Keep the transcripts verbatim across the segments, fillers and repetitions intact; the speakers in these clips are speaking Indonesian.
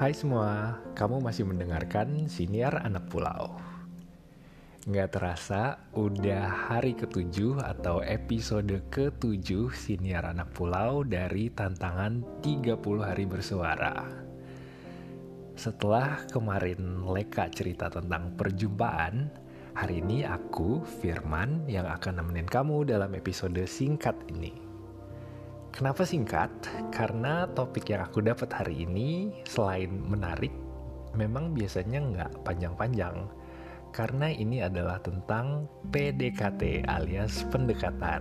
Hai semua, kamu masih mendengarkan Siniar Anak Pulau. Nggak terasa, udah hari ketujuh atau episode ketujuh Siniar Anak Pulau dari tantangan tiga puluh hari bersuara. Setelah kemarin Leka cerita tentang perjumpaan, hari ini aku, Firman, yang akan nemenin kamu dalam episode singkat ini. Kenapa singkat? Karena topik yang aku dapat hari ini selain menarik, memang biasanya nggak panjang-panjang. Karena ini adalah tentang P D K T alias pendekatan.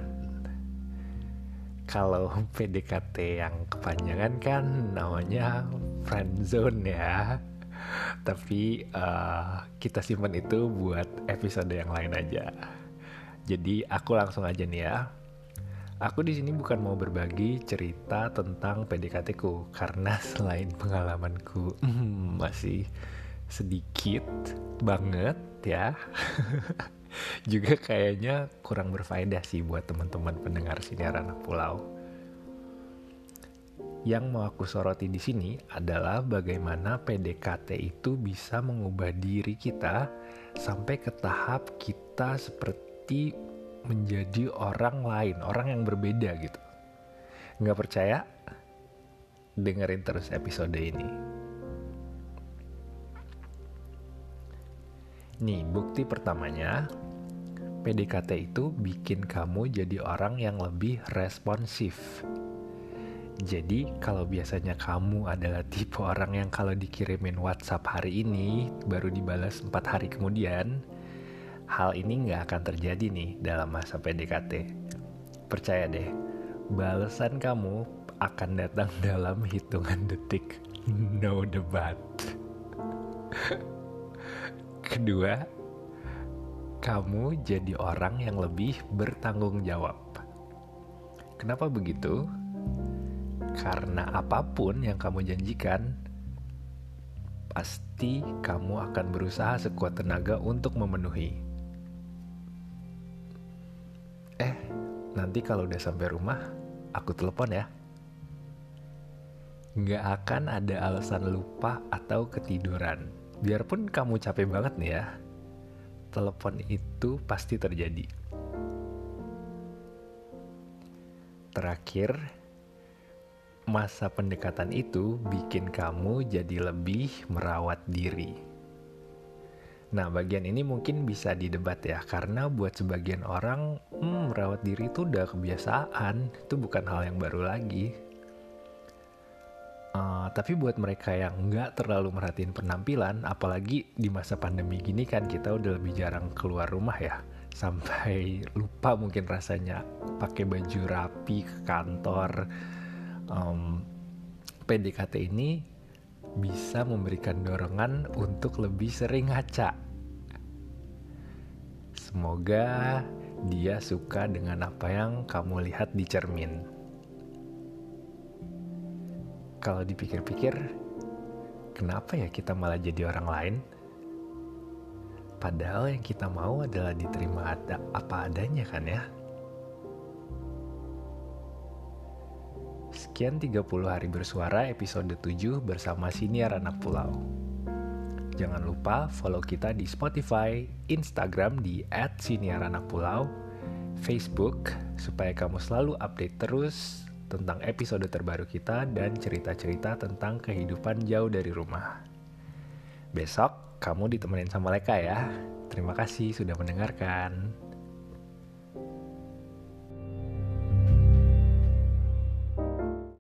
Kalau P D K T yang kepanjangan kan namanya friendzone ya. Tapi uh, kita simpan itu buat episode yang lain aja. Jadi aku langsung aja nih ya. Aku di sini bukan mau berbagi cerita tentang P D K T-ku karena selain pengalamanku hmm, masih sedikit banget ya. Juga kayaknya kurang berfaedah sih buat teman-teman pendengar Siniar Anak Pulau. Yang mau aku soroti di sini adalah bagaimana P D K T itu bisa mengubah diri kita sampai ke tahap kita seperti menjadi orang lain, orang yang berbeda gitu. Nggak percaya? Dengerin terus episode ini. Nih, bukti pertamanya, P D K T itu bikin kamu jadi orang yang lebih responsif. Jadi, kalau biasanya kamu adalah tipe orang yang kalau dikirimin WhatsApp hari ini, baru dibalas empat hari kemudian, hal ini nggak akan terjadi nih dalam masa P D K T. Percaya deh, balasan kamu akan datang dalam hitungan detik. No debat. Kedua, kamu jadi orang yang lebih bertanggung jawab. Kenapa begitu? Karena apapun yang kamu janjikan, pasti kamu akan berusaha sekuat tenaga untuk memenuhi. Eh, nanti kalau udah sampai rumah, aku telepon ya. Nggak akan ada alasan lupa atau ketiduran. Biarpun kamu capek banget nih ya, telepon itu pasti terjadi. Terakhir, masa pendekatan itu bikin kamu jadi lebih merawat diri. Nah, bagian ini mungkin bisa didebat ya, karena buat sebagian orang, hmm, merawat diri itu udah kebiasaan, itu bukan hal yang baru lagi. Uh, tapi buat mereka yang nggak terlalu merhatiin penampilan, apalagi di masa pandemi gini kan kita udah lebih jarang keluar rumah ya, sampai lupa mungkin rasanya pakai baju rapi ke kantor. Um, P D K T ini bisa memberikan dorongan untuk lebih sering ngaca. Semoga dia suka dengan apa yang kamu lihat di cermin. Kalau dipikir-pikir, kenapa ya kita malah jadi orang lain? Padahal yang kita mau adalah diterima ada apa adanya kan ya? Sekian tiga puluh hari bersuara episode tujuh bersama Siniar Anak Pulau. Jangan lupa follow kita di Spotify, Instagram di et siniar anak pulau, Facebook supaya kamu selalu update terus tentang episode terbaru kita dan cerita-cerita tentang kehidupan jauh dari rumah. Besok kamu ditemenin sama Leka ya. Terima kasih sudah mendengarkan.